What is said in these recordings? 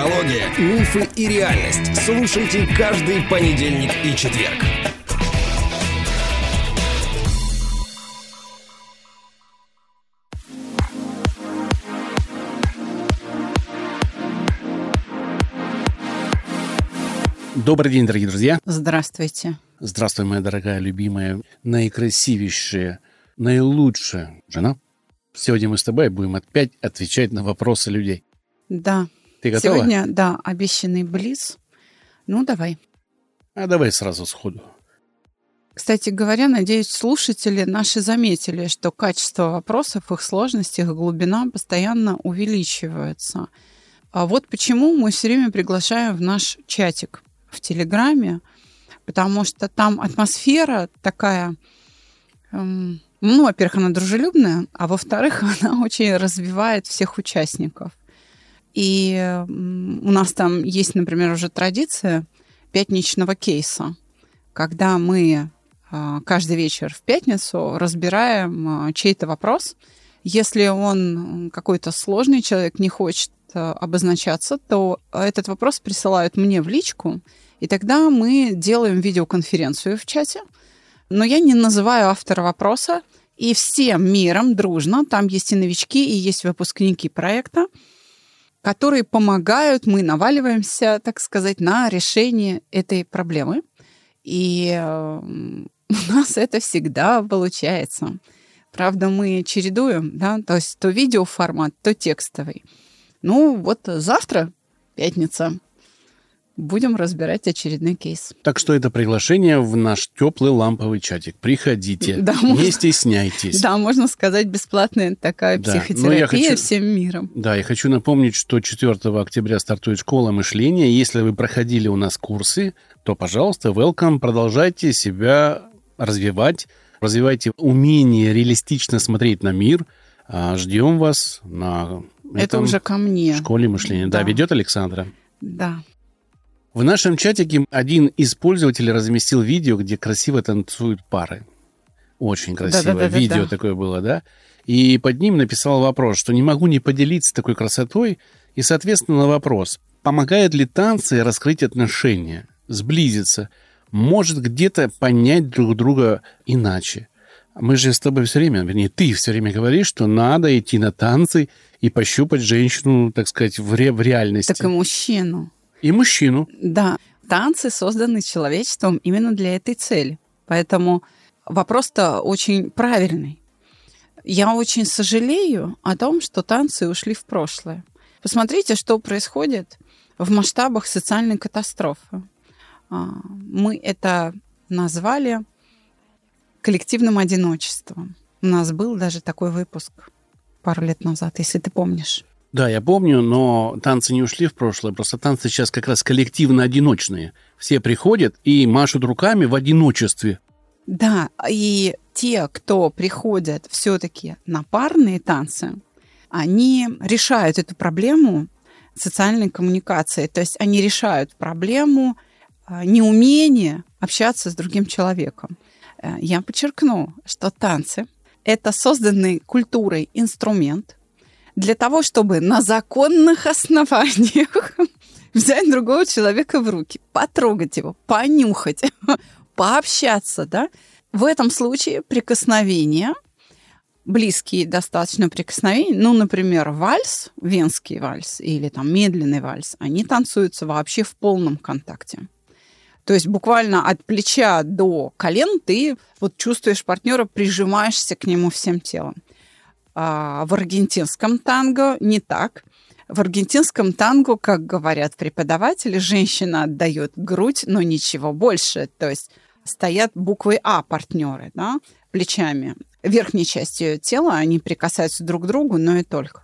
Психология, мифы и реальность. Слушайте каждый понедельник и четверг. Добрый день, дорогие друзья. Здравствуйте. Здравствуй, моя дорогая, любимая, наикрасивейшая, наилучшая жена. Сегодня мы с тобой будем опять отвечать на вопросы людей. Да. Ты готова? Сегодня, да, обещанный блиц. Ну, давай. А давай сразу сходу. Кстати говоря, надеюсь, слушатели наши заметили, что качество вопросов, их сложность, их глубина постоянно увеличивается. А вот почему мы все время приглашаем в наш чатик в Телеграме, потому что там атмосфера такая, во-первых, она дружелюбная, а во-вторых, она очень развивает всех участников. И у нас там есть, например, уже традиция пятничного кейса, когда мы каждый вечер в пятницу разбираем чей-то вопрос. Если он какой-то сложный, человек не хочет обозначаться, то этот вопрос присылают мне в личку, и тогда мы делаем видеоконференцию в чате. Но я не называю автора вопроса, и всем миром дружно, там есть и новички, и есть выпускники проекта, которые помогают, мы наваливаемся, так сказать, на решение этой проблемы. И у нас это всегда получается. Правда, мы чередуем, да, то есть то видеоформат, то текстовый. Ну, вот завтра, пятница, будем разбирать очередной кейс. Так что это приглашение в наш теплый ламповый чатик. Приходите, да, не стесняйтесь. Да, можно сказать, бесплатная такая психотерапия всем миром. Да, я хочу напомнить, что 4 октября стартует школа мышления. Если вы проходили у нас курсы, то, пожалуйста, welcome, продолжайте себя развивать. Развивайте умение реалистично смотреть на мир. Ждем вас на это уже ко мне. Школе мышления. Да, ведет Александра. Да. В нашем чатике один из пользователей разместил видео, где красиво танцуют пары. Очень красивое видео такое было, да? И под ним написал вопрос, что не могу не поделиться такой красотой. И, соответственно, на вопрос, помогают ли танцы раскрыть отношения, сблизиться, может где-то понять друг друга иначе. Мы же с тобой все время, вернее, ты все время говоришь, что надо идти на танцы и пощупать женщину, так сказать, в реальности. Так и мужчину. И мужчину. Да. Танцы созданы человечеством именно для этой цели. Поэтому вопрос-то очень правильный. Я очень сожалею о том, что танцы ушли в прошлое. Посмотрите, что происходит в масштабах социальной катастрофы. Мы это назвали коллективным одиночеством. У нас был даже такой выпуск пару лет назад, если ты помнишь. Да, я помню, но танцы не ушли в прошлое. Просто танцы сейчас как раз коллективно-одиночные. Все приходят и машут руками в одиночестве. Да, и те, кто приходят все-таки на парные танцы, они решают эту проблему социальной коммуникации. То есть они решают проблему неумения общаться с другим человеком. Я подчеркну, что танцы – это созданный культурой инструмент для того, чтобы на законных основаниях взять другого человека в руки, потрогать его, понюхать, пообщаться. Да? В этом случае прикосновения, близкие достаточно прикосновения, ну, например, вальс, венский вальс или там медленный вальс, они танцуются вообще в полном контакте. То есть буквально от плеча до колен ты вот чувствуешь партнера, прижимаешься к нему всем телом. А в аргентинском танго не так. В аргентинском танго, как говорят преподаватели, женщина отдает грудь, но ничего больше. То есть стоят буквой А партнеры, да, плечами. Верхней частью тела они прикасаются друг к другу, но и только.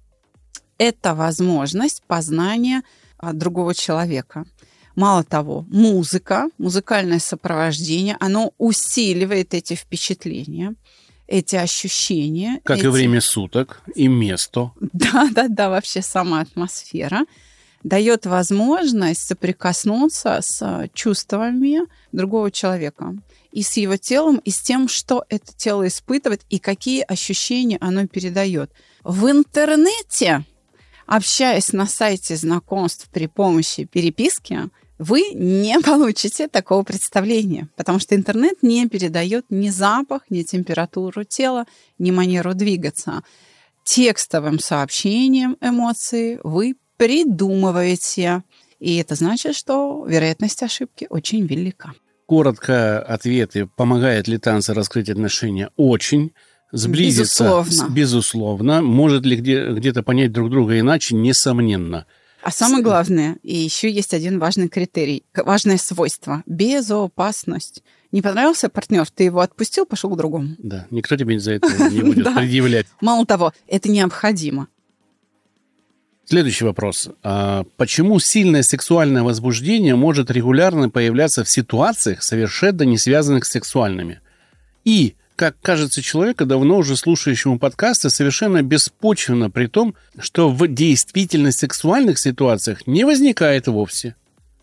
Это возможность познания другого человека. Мало того, музыка, музыкальное сопровождение, оно усиливает эти впечатления, эти ощущения. Как и время суток, и место. Да, вообще сама атмосфера дает возможность соприкоснуться с чувствами другого человека. И с его телом, и с тем, что это тело испытывает, и какие ощущения оно передает. В интернете Общаясь на сайте знакомств при помощи переписки, вы не получите такого представления, потому что интернет не передает ни запах, ни температуру тела, ни манеру двигаться. Текстовым сообщением эмоции вы придумываете, и это значит, что вероятность ошибки очень велика. Коротко ответы. Помогает ли танцы раскрыть отношения? Очень. Сблизиться? Безусловно. Может ли где-то понять друг друга иначе? Несомненно. А самое главное, и еще есть один важный критерий, важное свойство – безопасность. Не понравился партнер, ты его отпустил, пошел к другому. Да, никто тебе за это не будет предъявлять. Мало того, это необходимо. Следующий вопрос. Почему сильное сексуальное возбуждение может регулярно появляться в ситуациях, совершенно не связанных с сексуальными? И, как кажется человеку, давно уже слушающему подкасты, совершенно беспочвенно, при том, что в действительно сексуальных ситуациях не возникает вовсе.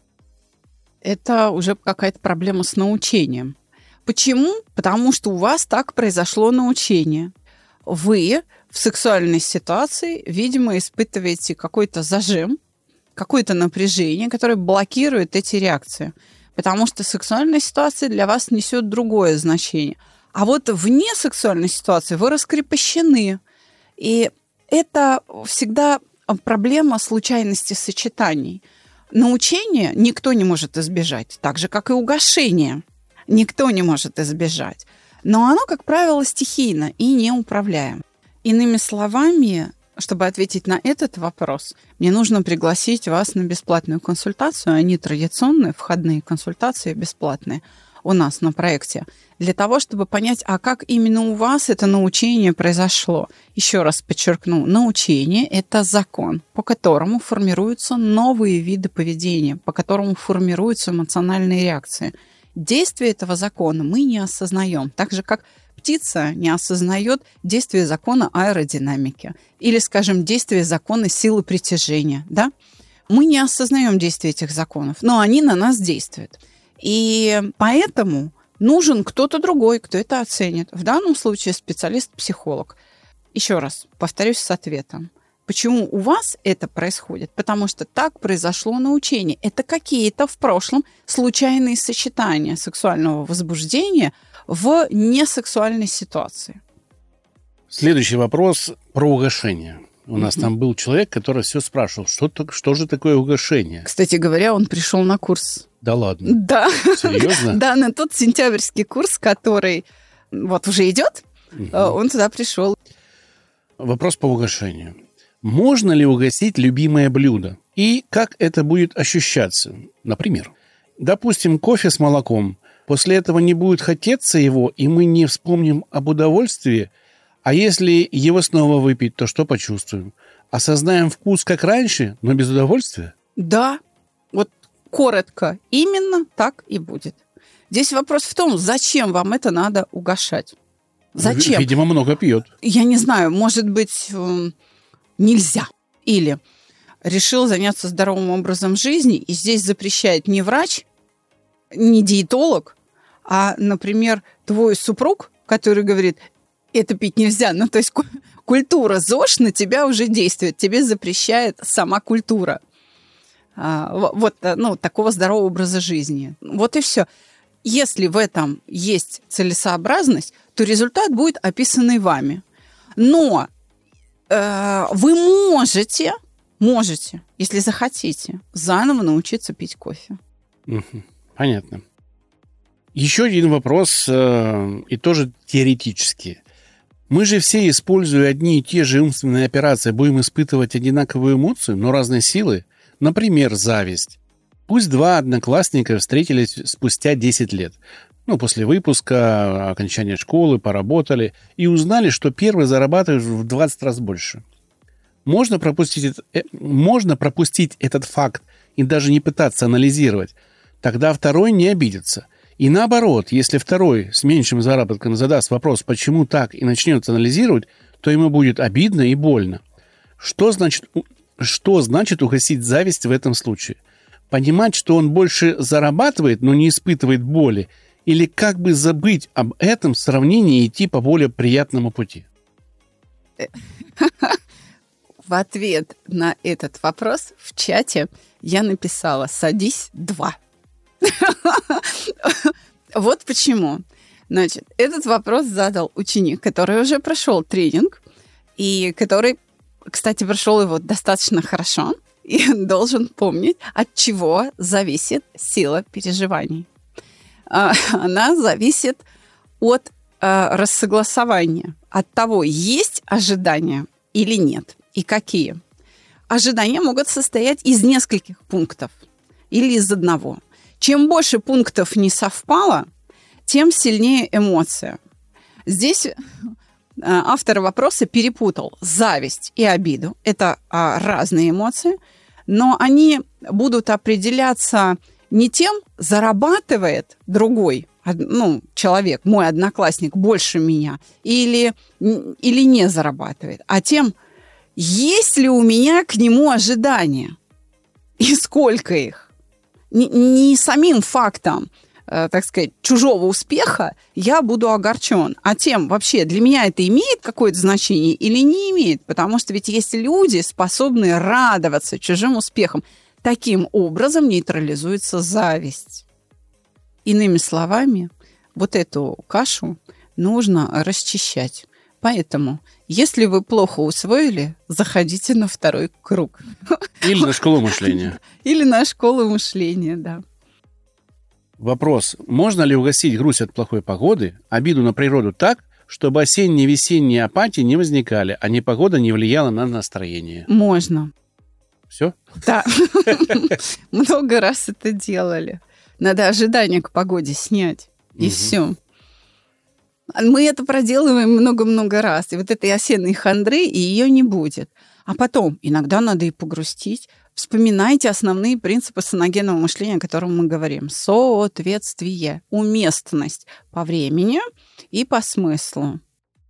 Это уже какая-то проблема с научением. Почему? Потому что у вас так произошло научение. Вы в сексуальной ситуации, видимо, испытываете какой-то зажим, какое-то напряжение, которое блокирует эти реакции. Потому что сексуальная ситуация для вас несет другое значение. А вот вне сексуальной ситуации вы раскрепощены. И это всегда проблема случайности сочетаний. Научение никто не может избежать, так же, как и угошение. Никто не может избежать. Но оно, как правило, стихийно и неуправляемо. Иными словами, чтобы ответить на этот вопрос, мне нужно пригласить вас на бесплатную консультацию. Они традиционные, входные консультации бесплатные у нас на проекте, для того, чтобы понять, а как именно у вас это научение произошло. Еще раз подчеркну, научение – это закон, по которому формируются новые виды поведения, по которому формируются эмоциональные реакции. Действие этого закона мы не осознаем, так же, как птица не осознает действие закона аэродинамики или, скажем, действие закона силы притяжения. Да? Мы не осознаем действие этих законов, но они на нас действуют. И поэтому нужен кто-то другой, кто это оценит. В данном случае специалист-психолог. Еще раз повторюсь с ответом. Почему у вас это происходит? Потому что так произошло научение. Это какие-то в прошлом случайные сочетания сексуального возбуждения в несексуальной ситуации. Следующий вопрос про угошение. У нас там был человек, который все спрашивал, что же такое угошение. Кстати говоря, он пришел на курс. Да ладно? Да. Серьезно? Да, на тот сентябрьский курс, который вот уже идет, он туда пришел. Вопрос по угошению. Можно ли угостить любимое блюдо? И как это будет ощущаться? Например, допустим, кофе с молоком. После этого не будет хотеться его, и мы не вспомним об удовольствии. А если его снова выпить, то что почувствуем? Осознаем вкус как раньше, но без удовольствия? Да, вот коротко, именно так и будет. Здесь вопрос в том, зачем вам это надо угошать? Зачем? Видимо, много пьет. Я не знаю, может быть, нельзя. Или решил заняться здоровым образом жизни, и здесь запрещает не врач, не диетолог, а, например, твой супруг, который говорит, это пить нельзя. Ну, то есть культура ЗОЖ на тебя уже действует. Тебе запрещает сама культура. Вот, ну, такого здорового образа жизни. Вот и все. Если в этом есть целесообразность, то результат будет описанный вами. Но вы можете, если захотите, заново научиться пить кофе. Понятно. Еще один вопрос, и тоже теоретический. Мы же все, используя одни и те же умственные операции, будем испытывать одинаковую эмоцию, но разной силы. Например, зависть. Пусть два одноклассника встретились спустя 10 лет. После выпуска, окончания школы, поработали, и узнали, что первый зарабатывает в 20 раз больше. Можно пропустить этот факт и даже не пытаться анализировать. Тогда второй не обидится. И наоборот, если второй с меньшим заработком задаст вопрос, почему так, и начнет анализировать, то ему будет обидно и больно. Что значит угасить зависть в этом случае? Понимать, что он больше зарабатывает, но не испытывает боли, или как бы забыть об этом сравнении и идти по более приятному пути? В ответ на этот вопрос в чате я написала «Садись 2». Вот почему. Значит, этот вопрос задал ученик, который уже прошел тренинг, и который, кстати, прошел его достаточно хорошо, и должен помнить, от чего зависит сила переживаний. Она зависит от рассогласования, от того, есть ожидания или нет, и какие. Ожидания могут состоять из нескольких пунктов или из одного. Чем больше пунктов не совпало, тем сильнее эмоция. Здесь автор вопроса перепутал зависть и обиду. Это разные эмоции, но они будут определяться не тем, зарабатывает другой, человек, мой одноклассник, больше меня, или не зарабатывает, а тем, есть ли у меня к нему ожидания и сколько их. Не самим фактом, так сказать, чужого успеха я буду огорчен, а тем, вообще, для меня это имеет какое-то значение или не имеет, потому что ведь есть люди, способные радоваться чужим успехам. Таким образом нейтрализуется зависть. Иными словами, вот эту кашу нужно расчищать. Поэтому, если вы плохо усвоили, заходите на второй круг. Или на школу мышления. Или на школу мышления, да. Вопрос. Можно ли угасить грусть от плохой погоды, обиду на природу так, чтобы осенне-весенние апатии не возникали, а непогода не влияла на настроение? Можно. Все? Да. Много раз это делали. Надо ожидания к погоде снять. И все. Мы это проделываем много-много раз. И вот этой осенней хандры, и ее не будет. А потом, иногда надо и погрустить. Вспоминайте основные принципы саногенного мышления, о котором мы говорим. Соответствие, уместность по времени и по смыслу.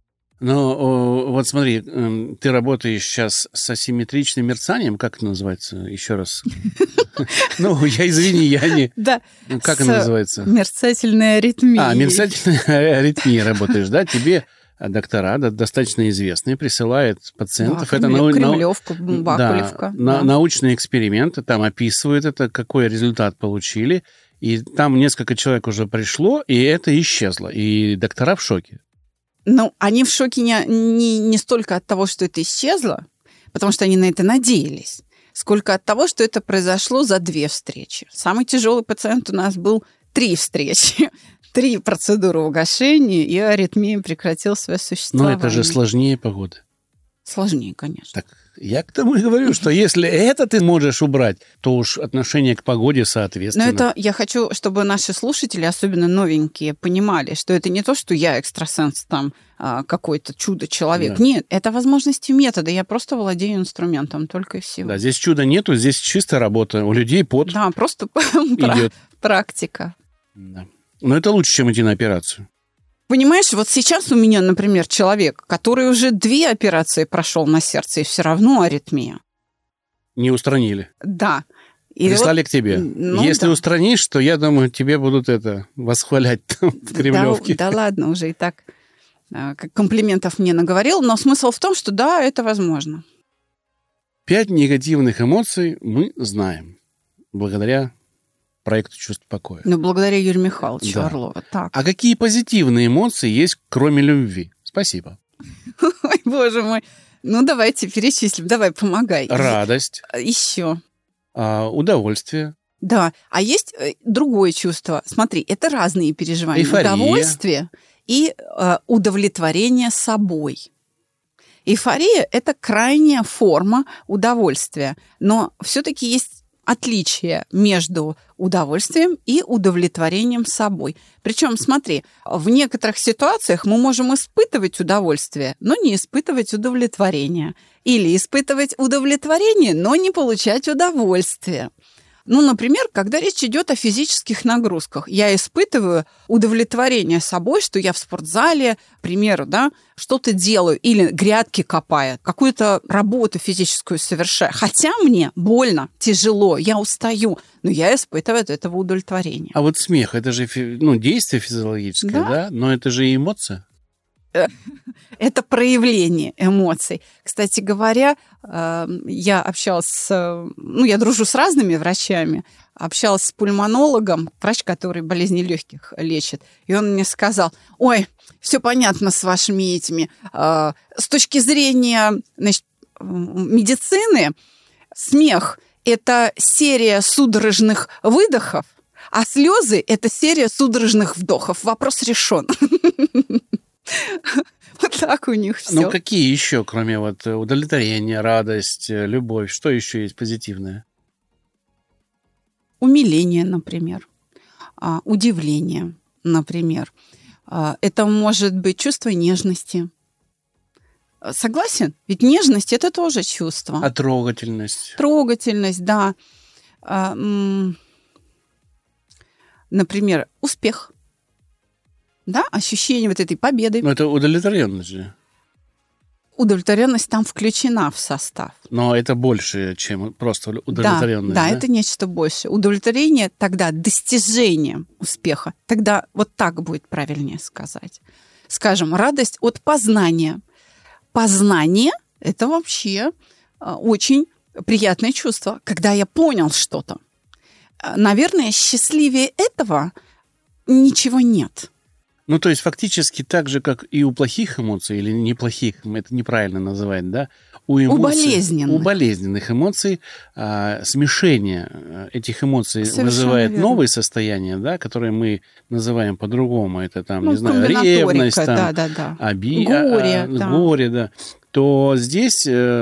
Ну, вот смотри, ты работаешь сейчас с асимметричным мерцанием. Как это называется? Еще раз. Ну, извини, я не... Да. Как это называется? Мерцательная аритмия. Мерцательная аритмия работаешь, да? Тебе доктора достаточно известные присылают пациентов. Да, Кремлевка, Бакулевка. Да, научные эксперименты, там описывают это, какой результат получили. И там несколько человек уже пришло, и это исчезло. И доктора в шоке. Ну, они в шоке не столько от того, что это исчезло, потому что они на это надеялись, сколько от того, что это произошло за 2 встречи. Самый тяжелый пациент у нас был 3 встречи, 3 процедуры угошения, и аритмия прекратила свое существование. Но это же сложнее погоды. Сложнее, конечно. Так я к тому и говорю, что если это ты можешь убрать, то уж отношение к погоде соответственно. Но это я хочу, чтобы наши слушатели, особенно новенькие, понимали, что это не то, что я экстрасенс, там, какой-то чудо-человек. Да. Нет, это возможности метода. Я просто владею инструментом, только и всего. Да, здесь чуда нету, здесь чистая работа. У людей пот. Да, просто идет. Практика. Да. Но это лучше, чем идти на операцию. Понимаешь, вот сейчас у меня, например, человек, который уже 2 операции прошел на сердце, и все равно аритмия. Не устранили. Да. И прислали к тебе. Если устранишь, то, я думаю, тебе будут восхвалять там в Кремлевке. Да ладно, уже и так комплиментов мне наговорил. Но смысл в том, что да, это возможно. 5 негативных эмоций мы знаем. Благодаря проекту «Чувство покоя». Ну, благодаря Юрию Михайловичу Орлову. Так. А какие позитивные эмоции есть, кроме любви? Спасибо. Ой, боже мой. Ну, давайте перечислим. Давай, помогай. Радость. Еще. Удовольствие. Да. А есть другое чувство. Смотри, это разные переживания. Эйфория. Удовольствие и удовлетворение собой. Эйфория – это крайняя форма удовольствия. Но все-таки есть отличие между удовольствием и удовлетворением собой. Причем, смотри, в некоторых ситуациях мы можем испытывать удовольствие, но не испытывать удовлетворение. Или испытывать удовлетворение, но не получать удовольствие. Ну, например, когда речь идет о физических нагрузках, я испытываю удовлетворение собой, что я в спортзале, к примеру, да, что-то делаю или грядки копаю, какую-то работу физическую совершаю. Хотя мне больно, тяжело, я устаю, но я испытываю от этого удовлетворение. А вот смех, это же действие физиологическое, да? Но это же и эмоция. это проявление эмоций. Кстати говоря, я общалась я дружу с разными врачами, общалась с пульмонологом, врач, который болезни легких лечит, и он мне сказал: ой, все понятно с вашими этими. С точки зрения, значит, медицины, смех – это серия судорожных выдохов, а слезы – это серия судорожных вдохов. Вопрос решен. Вот так у них все. Ну, какие еще, кроме вот удовлетворения, радость, любовь, что еще есть позитивное? Умиление, например. Удивление, например. Это может быть чувство нежности. Согласен? Ведь нежность – это тоже чувство. А трогательность? Трогательность, да. Например, успех. Да, ощущение вот этой победы. Ну, это удовлетворенность же. Удовлетворенность там включена в состав. Но это больше, чем просто удовлетворенность. Да, это нечто большее. Удовлетворение тогда достижение успеха. Тогда вот так будет правильнее сказать. Скажем, радость от познания. Познание – это вообще очень приятное чувство, когда я понял что-то. Наверное, счастливее этого ничего нет. Ну, то есть фактически так же, как и у плохих эмоций, или неплохих, это неправильно называть, да? У болезненных эмоций смешение этих эмоций совершенно вызывает верно. Новые состояния, да, которые мы называем по-другому. Это там, ревность, там, горе, да. То здесь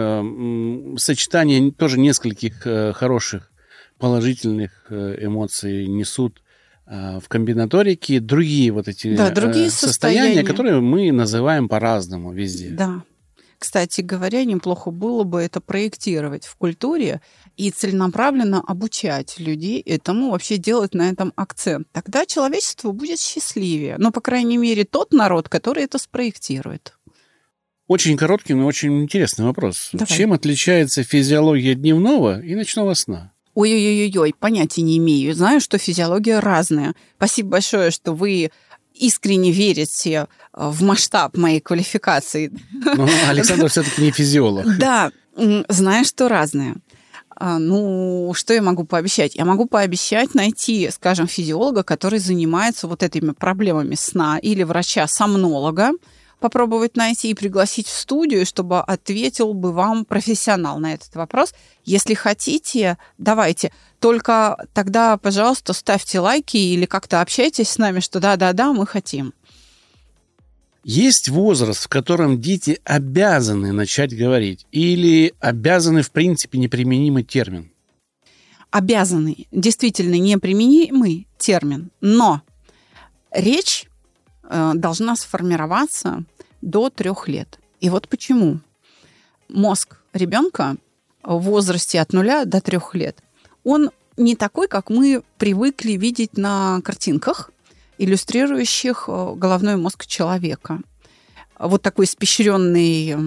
сочетание тоже нескольких хороших положительных эмоций несут в комбинаторике другие вот эти другие состояния, которые мы называем по-разному везде. Да. Кстати говоря, неплохо было бы это проектировать в культуре и целенаправленно обучать людей этому, вообще делать на этом акцент. Тогда человечество будет счастливее. Но, по крайней мере, тот народ, который это спроектирует. Очень короткий, но очень интересный вопрос. Давай. Чем отличается физиология дневного и ночного сна? Ой-ой-ой, понятия не имею. Знаю, что физиология разная. Спасибо большое, что вы искренне верите в масштаб моей квалификации. Но Александр все-таки не физиолог. Да, знаю, что разное. Ну, что я могу пообещать? Я могу пообещать найти, скажем, физиолога, который занимается вот этими проблемами сна, или врача-сомнолога, попробовать найти и пригласить в студию, чтобы ответил бы вам профессионал на этот вопрос. Если хотите, давайте. Только тогда, пожалуйста, ставьте лайки или как-то общайтесь с нами, что да-да-да, мы хотим. Есть возраст, в котором дети обязаны начать говорить, или обязаны, в принципе, неприменимый термин? Обязаны. Действительно, неприменимый термин. Но речь должна сформироваться до 3 лет. И вот почему. Мозг ребенка в возрасте от 0 до 3 лет, он не такой, как мы привыкли видеть на картинках, иллюстрирующих головной мозг человека. Вот такой испещренный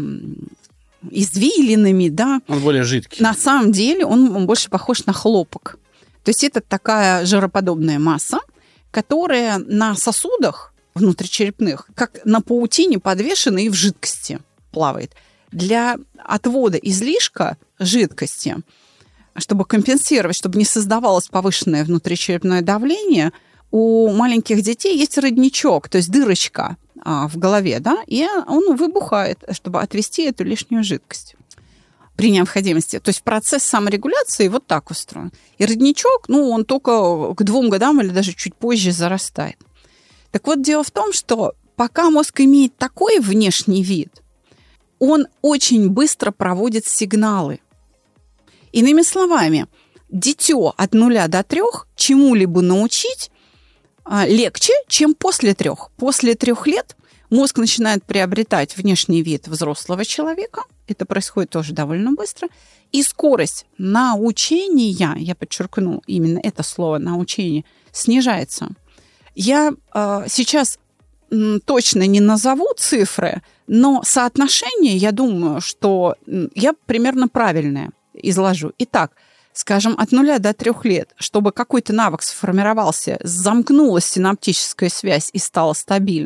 извилинами, да. Он более жидкий. На самом деле он больше похож на хлопок. То есть это такая жироподобная масса, которая на сосудах внутричерепных, как на паутине подвешена и в жидкости плавает. Для отвода излишка жидкости, чтобы компенсировать, чтобы не создавалось повышенное внутричерепное давление, у маленьких детей есть родничок, то есть дырочка в голове, да, и он выбухает, чтобы отвести эту лишнюю жидкость при необходимости. То есть процесс саморегуляции вот так устроен. И родничок, он только к 2 годам или даже чуть позже зарастает. Так вот, дело в том, что пока мозг имеет такой внешний вид, он очень быстро проводит сигналы. Иными словами, дитё от 0 до 3 чему-либо научить легче, чем после 3. После 3 лет мозг начинает приобретать внешний вид взрослого человека. Это происходит тоже довольно быстро. И скорость научения, я подчеркну именно это слово «научение», снижается. Я сейчас точно не назову цифры, но соотношение, я думаю, что я примерно правильное изложу. Итак, скажем, от 0 до 3 лет, чтобы какой-то навык сформировался, замкнулась синаптическая связь и стала стабильной,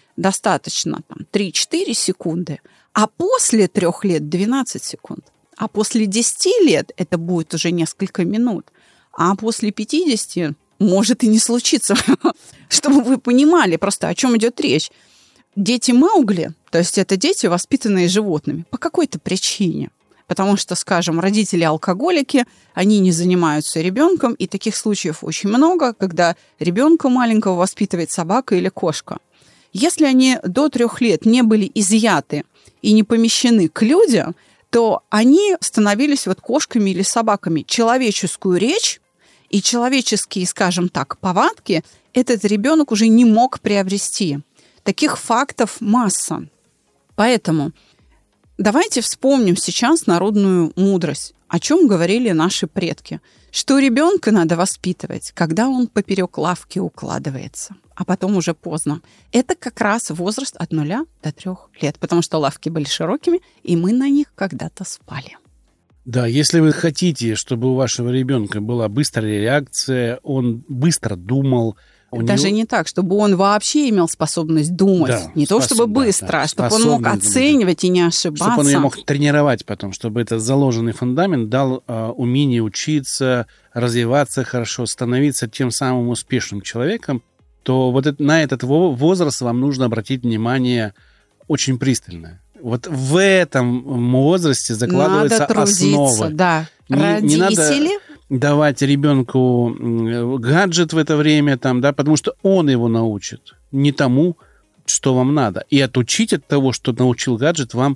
достаточно 3-4 секунды, а после 3 лет 12 секунд. А после 10 лет это будет уже несколько минут. А после 50 может и не случиться. Чтобы вы понимали просто, о чем идет речь. Дети Маугли, то есть это дети, воспитанные животными, по какой-то причине. Потому что, скажем, родители алкоголики, они не занимаются ребенком, и таких случаев очень много, когда ребенка маленького воспитывает собака или кошка. Если они до 3 лет не были изъяты и не помещены к людям, то они становились кошками или собаками. Человеческую речь и человеческие, скажем так, повадки этот ребенок уже не мог приобрести. Таких фактов масса. Поэтому давайте вспомним сейчас народную мудрость, о чем говорили наши предки. Что ребенка надо воспитывать, когда он поперек лавки укладывается, а потом уже поздно. Это как раз возраст от 0 до 3 лет, потому что лавки были широкими, и мы на них когда-то спали. Да, если вы хотите, чтобы у вашего ребенка была быстрая реакция, он быстро думал. Даже не так, чтобы он вообще имел способность думать. Да, не то, чтобы быстро, а чтобы он мог оценивать и не ошибаться. Чтобы он ее мог тренировать потом, чтобы этот заложенный фундамент дал умение учиться, развиваться хорошо, становиться тем самым успешным человеком, то на этот возраст вам нужно обратить внимание очень пристально. В этом возрасте закладывается основа. Да. Не надо давать ребенку гаджет в это время, потому что он его научит не тому, что вам надо. И отучить от того, что научил гаджет, вам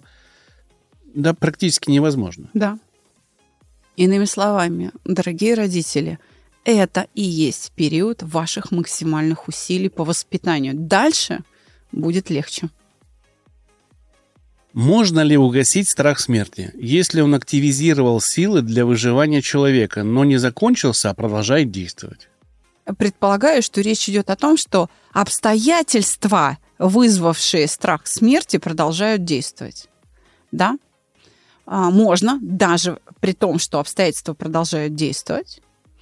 практически невозможно. Да. Иными словами, дорогие родители, это и есть период ваших максимальных усилий по воспитанию. Дальше будет легче. Можно ли угасить страх смерти, если он активизировал силы для выживания человека, но не закончился, а продолжает действовать? Предполагаю, что речь идет о том, что обстоятельства, вызвавшие страх смерти, продолжают действовать. Да? Можно, даже при том, что обстоятельства продолжают действовать,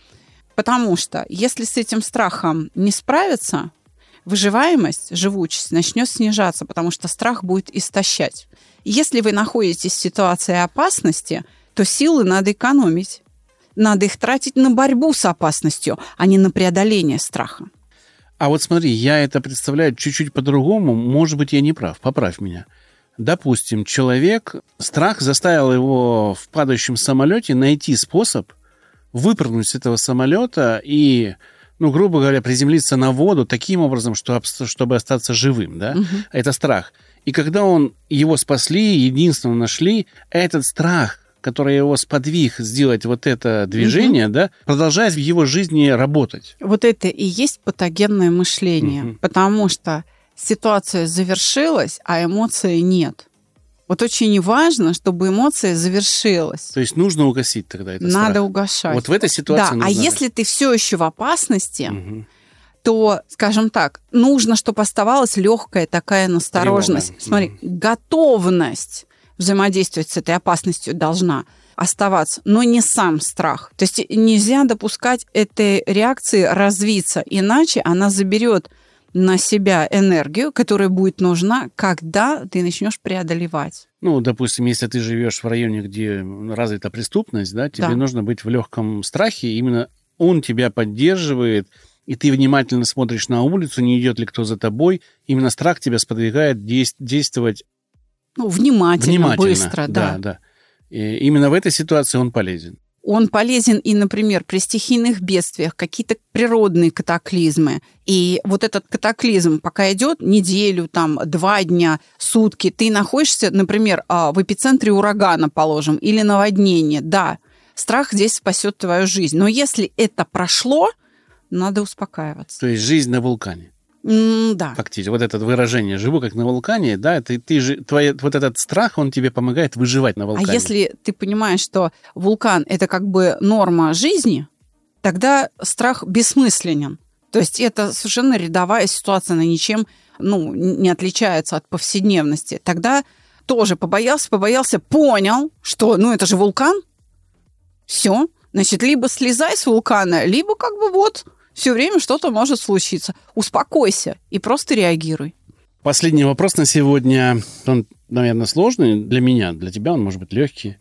потому что если с этим страхом не справиться, выживаемость, живучесть начнет снижаться, потому что страх будет истощать. Если вы находитесь в ситуации опасности, то силы надо экономить. Надо их тратить на борьбу с опасностью, а не на преодоление страха. А смотри, я это представляю чуть-чуть по-другому. Может быть, я не прав. Поправь меня. Допустим, страх заставил его в падающем самолете найти способ выпрыгнуть с этого самолета и, грубо говоря, приземлиться на воду таким образом, чтобы остаться живым, да? Угу. Это страх. И когда его спасли, единственно нашли, этот страх, который его сподвиг сделать это движение, угу. Продолжает в его жизни работать. Это и есть патогенное мышление, угу. Потому что ситуация завершилась, а эмоции нет. Очень важно, чтобы эмоция завершилась. То есть нужно угасить тогда этот страх? Надо угашать. В этой ситуации нужно... А если ты все еще в опасности, угу. то, скажем так, нужно, чтобы оставалась легкая такая настороженность. Тревога. Смотри, готовность взаимодействовать с этой опасностью должна оставаться, но не сам страх. То есть нельзя допускать этой реакции развиться, иначе она заберет на себя энергию, которая будет нужна, когда ты начнешь преодолевать. Допустим, если ты живешь в районе, где развита преступность, тебе нужно быть в легком страхе, именно он тебя поддерживает, и ты внимательно смотришь на улицу, не идет ли кто за тобой. Именно страх тебя сподвигает действовать внимательно, быстро. Да. И именно в этой ситуации он полезен. Он полезен и, например, при стихийных бедствиях, какие-то природные катаклизмы. И этот катаклизм, пока идет неделю, 2 дня, сутки, ты находишься, например, в эпицентре урагана, положим, или наводнения. Да, страх здесь спасет твою жизнь. Но если это прошло, надо успокаиваться. То есть жизнь на вулкане. Да. Фактически. Это выражение «живу как на вулкане», этот страх, он тебе помогает выживать на вулкане. А если ты понимаешь, что вулкан – это норма жизни, тогда страх бессмысленен. То есть это совершенно рядовая ситуация, она ничем не отличается от повседневности. Тогда тоже побоялся, понял, что это же вулкан, все, значит, либо слезай с вулкана, либо все время что-то может случиться. Успокойся и просто реагируй. Последний вопрос на сегодня. Он, наверное, сложный для меня, для тебя он может быть легкий.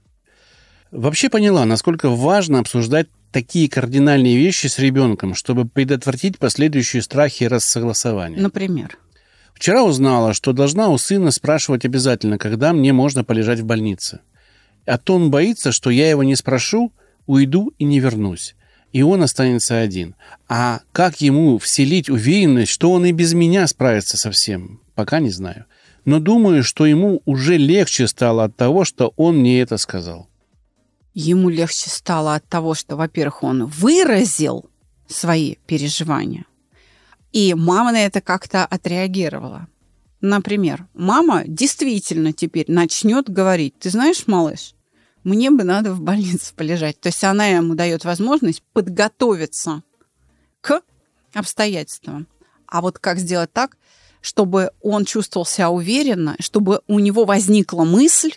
Вообще поняла, насколько важно обсуждать такие кардинальные вещи с ребенком, чтобы предотвратить последующие страхи и рассогласования. Например? Вчера узнала, что должна у сына спрашивать обязательно, когда мне можно полежать в больнице. А то он боится, что я его не спрошу, уйду и не вернусь. И он останется один. А как ему вселить уверенность, что он и без меня справится со всем, пока не знаю. Но думаю, что ему уже легче стало от того, что он мне это сказал. Ему легче стало от того, что, во-первых, он выразил свои переживания, и мама на это как-то отреагировала. Например, мама действительно теперь начнет говорить: ты знаешь, малыш, мне бы надо в больнице полежать. То есть она ему дает возможность подготовиться к обстоятельствам. А вот как сделать так, чтобы он чувствовал себя уверенно, чтобы у него возникла мысль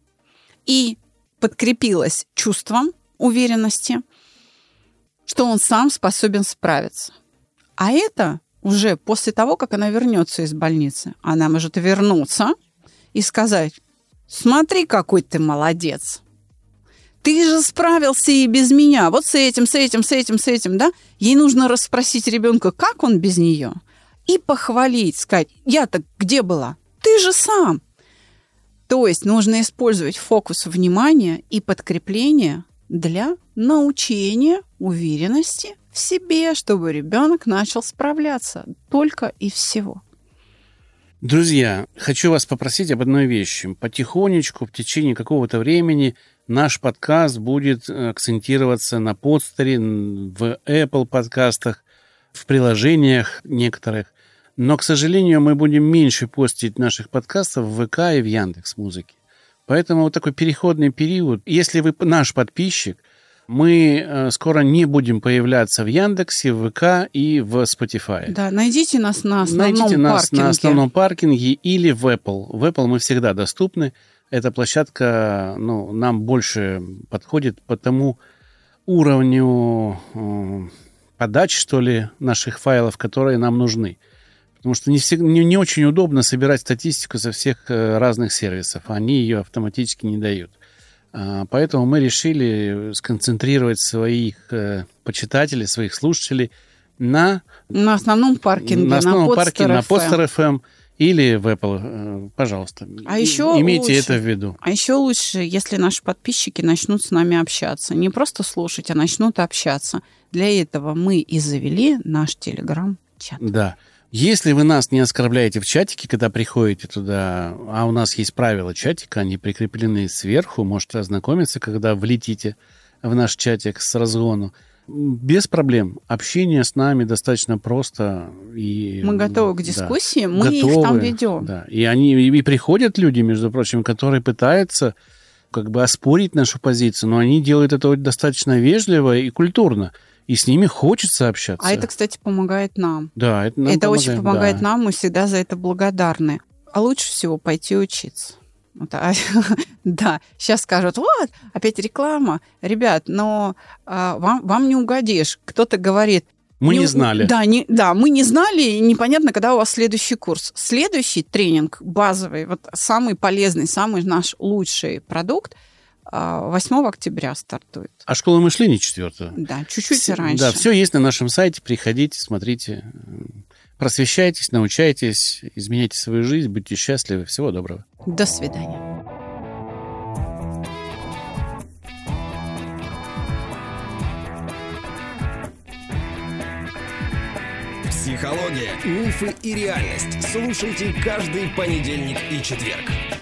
и подкрепилась чувством уверенности, что он сам способен справиться. А это уже после того, как она вернется из больницы. Она может вернуться и сказать: смотри, какой ты молодец. Ты же справился и без меня. Вот с этим, да? Ей нужно расспросить ребенка, как он без нее, и похвалить, сказать: я-то где была? Ты же сам. То есть нужно использовать фокус внимания и подкрепление для научения уверенности в себе, чтобы ребенок начал справляться. Только и всего. Друзья, хочу вас попросить об одной вещи. Потихонечку, в течение какого-то времени наш подкаст будет акцентироваться на подстере, в Apple подкастах, в приложениях некоторых. Но, к сожалению, мы будем меньше постить наших подкастов в ВК и в Яндекс.Музыке. Поэтому вот такой переходный период. Если вы наш подписчик, мы скоро не будем появляться в Яндексе, в ВК и в Spotify. Да, найдите нас на основном паркинге. Найдите нас на основном паркинге или в Apple. В Apple мы всегда доступны. Эта площадка нам больше подходит по тому уровню подач, что ли, наших файлов, которые нам нужны. Потому что не очень удобно собирать статистику со всех разных сервисов. Они ее автоматически не дают. Поэтому мы решили сконцентрировать своих почитателей, своих слушателей на основном паркинге, на Podster FM или в Apple. Пожалуйста, имейте это в виду. А еще лучше, если наши подписчики начнут с нами общаться. Не просто слушать, а начнут общаться. Для этого мы и завели наш Telegram-чат. Да. Если вы нас не оскорбляете в чатике, когда приходите туда, а у нас есть правила чатика, они прикреплены сверху, можете ознакомиться, когда влетите в наш чатик с разгону. Без проблем. Общение с нами достаточно просто. Мы готовы к дискуссии, мы их там ведем. Да. И приходят люди, между прочим, которые пытаются оспорить нашу позицию, но они делают это достаточно вежливо и культурно. И с ними хочется общаться. А это, кстати, помогает нам. Да, это очень помогает нам, мы всегда за это благодарны. А лучше всего пойти учиться. Да, сейчас скажут: вот, опять реклама. Ребят, но вам не угодишь. Кто-то говорит: мы не знали. Да, мы не знали, и непонятно, когда у вас следующий курс. Следующий тренинг базовый, вот самый полезный, самый наш лучший продукт, 8 октября стартует. А школа мышления 4. Да, чуть-чуть раньше. Да, все есть на нашем сайте. Приходите, смотрите, просвещайтесь, научайтесь, изменяйте свою жизнь, будьте счастливы. Всего доброго. До свидания. Психология, мифы и реальность. Слушайте каждый понедельник и четверг.